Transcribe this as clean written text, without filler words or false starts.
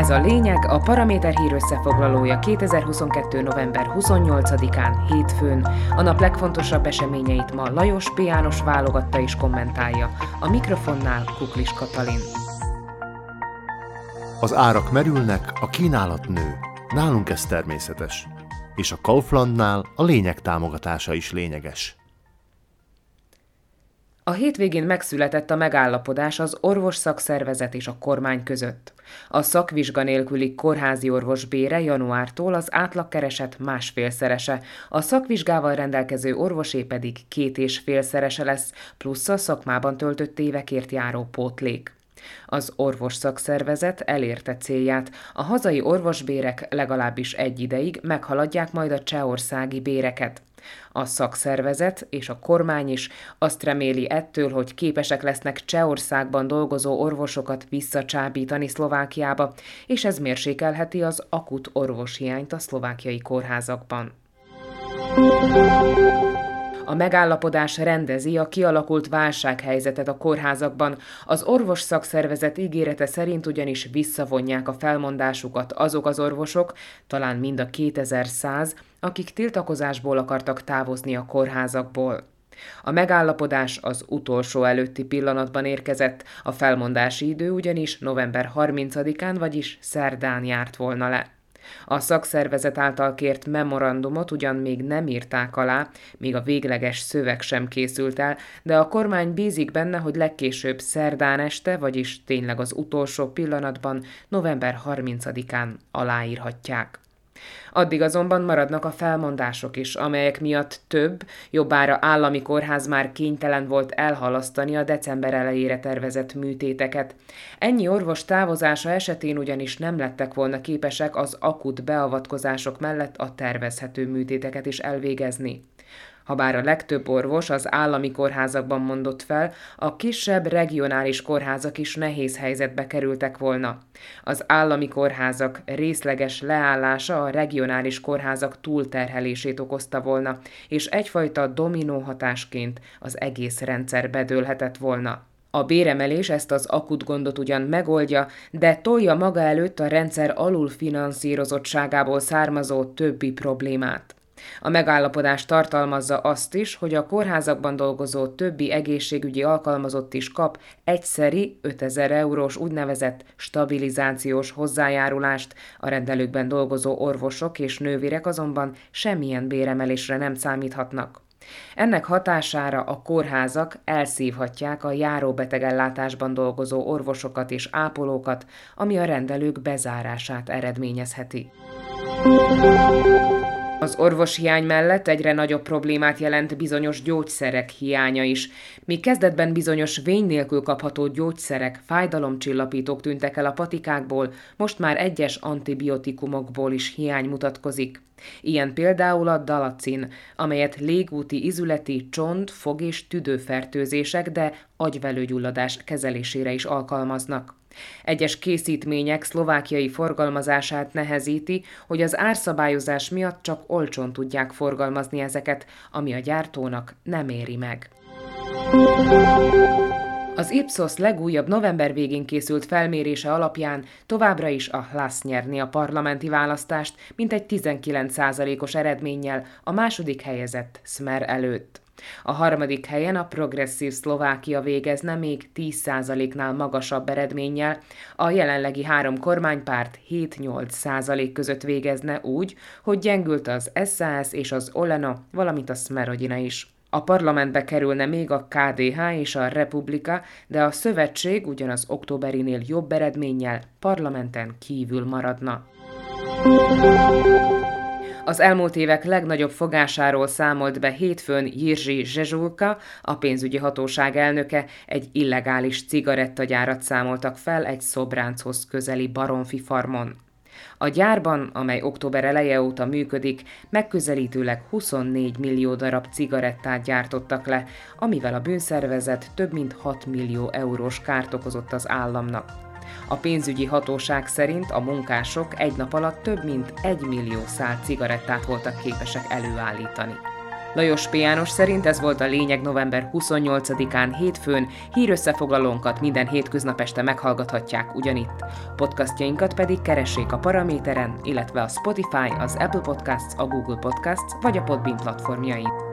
Ez a lényeg, a Paraméter hír összefoglalója 2022. november 28-án, hétfőn. A nap legfontosabb eseményeit ma Lajos P. János válogatta és kommentálja. A mikrofonnál Kuklis Katalin. Az árak merülnek, a kínálat nő. Nálunk ez természetes. És a Kauflandnál a lényeg támogatása is lényeges. A hétvégén megszületett a megállapodás az orvosszakszervezet és a kormány között. A szakvizsga nélküli kórházi orvos bére januártól az átlagkereset 1,5-szerese, a szakvizsgával rendelkező orvosé pedig 2,5-szerese lesz, plusz a szakmában töltött évekért járó pótlék. Az orvosszakszervezet elérte célját, a hazai orvosbérek legalábbis egy ideig meghaladják majd a csehországi béreket. A szakszervezet és a kormány is azt reméli ettől, hogy képesek lesznek Csehországban dolgozó orvosokat visszacsábítani Szlovákiába, és ez mérsékelheti az akut orvoshiányt a szlovákiai kórházakban. A megállapodás rendezi a kialakult válsághelyzetet a kórházakban. Az orvosszakszervezet ígérete szerint ugyanis visszavonják a felmondásukat azok az orvosok, talán mind a 2100, akik tiltakozásból akartak távozni a kórházakból. A megállapodás az utolsó előtti pillanatban érkezett, a felmondási idő ugyanis november 30-án, vagyis szerdán járt volna le. A szakszervezet által kért memorandumot ugyan még nem írták alá, még a végleges szöveg sem készült el, de a kormány bízik benne, hogy legkésőbb szerdán este, vagyis tényleg az utolsó pillanatban, november 30-án aláírhatják. Addig azonban maradnak a felmondások is, amelyek miatt több, jobbára állami kórház már kénytelen volt elhalasztani a december elejére tervezett műtéteket. Ennyi orvos távozása esetén ugyanis nem lettek volna képesek az akut beavatkozások mellett a tervezhető műtéteket is elvégezni. Habár a legtöbb orvos az állami kórházakban mondott fel, a kisebb regionális kórházak is nehéz helyzetbe kerültek volna. Az állami kórházak részleges leállása a regionális kórházak túlterhelését okozta volna, és egyfajta dominó hatásként az egész rendszer bedőlhetett volna. A béremelés ezt az akut gondot ugyan megoldja, de tolja maga előtt a rendszer alulfinanszírozottságából származó többi problémát. A megállapodás tartalmazza azt is, hogy a kórházakban dolgozó többi egészségügyi alkalmazott is kap egyszeri 5000 eurós úgynevezett stabilizációs hozzájárulást, a rendelőkben dolgozó orvosok és nővérek azonban semmilyen béremelésre nem számíthatnak. Ennek hatására a kórházak elszívhatják a járóbetegellátásban dolgozó orvosokat és ápolókat, ami a rendelők bezárását eredményezheti. Az orvoshiány mellett egyre nagyobb problémát jelent bizonyos gyógyszerek hiánya is. Míg kezdetben bizonyos vény nélkül kapható gyógyszerek, fájdalomcsillapítók tűntek el a patikákból, most már egyes antibiotikumokból is hiány mutatkozik. Ilyen például a dalacin, amelyet légúti, ízületi, csont, fog- és tüdőfertőzések, de agyvelőgyulladás kezelésére is alkalmaznak. Egyes készítmények szlovákiai forgalmazását nehezíti, hogy az árszabályozás miatt csak olcsón tudják forgalmazni ezeket, ami a gyártónak nem éri meg. Az Ipsos legújabb november végén készült felmérése alapján továbbra is a Hlas nyerné a parlamenti választást, mintegy 19%-os eredménnyel a második helyezett Smer előtt. A harmadik helyen a Progresszív Szlovákia végezne még 10%-nál magasabb eredménnyel, a jelenlegi három kormánypárt 7-8% között végezne úgy, hogy gyengült az SZSZ és az Oleno, valamint a Smerodina is. A parlamentbe kerülne még a KDH és a Republika, de a szövetség ugyanaz októberinél jobb eredménnyel parlamenten kívül maradna. Az elmúlt évek legnagyobb fogásáról számolt be hétfőn Jiří Zsezsulka, a pénzügyi hatóság elnöke, egy illegális cigarettagyárat számoltak fel egy Szobránchoz közeli Baromfi farmon. A gyárban, amely október eleje óta működik, megközelítőleg 24 millió darab cigarettát gyártottak le, amivel a bűnszervezet több mint 6 millió eurós kárt okozott az államnak. A pénzügyi hatóság szerint a munkások egy nap alatt több mint 1 millió szál cigarettát voltak képesek előállítani. Lajos P. János szerint ez volt a lényeg november 28-án hétfőn, hírösszefoglalónkat minden hétköznap este meghallgathatják ugyanitt. Podcastjainkat pedig keressék a Paraméteren, illetve a Spotify, az Apple Podcasts, a Google Podcasts vagy a Podbean platformjain.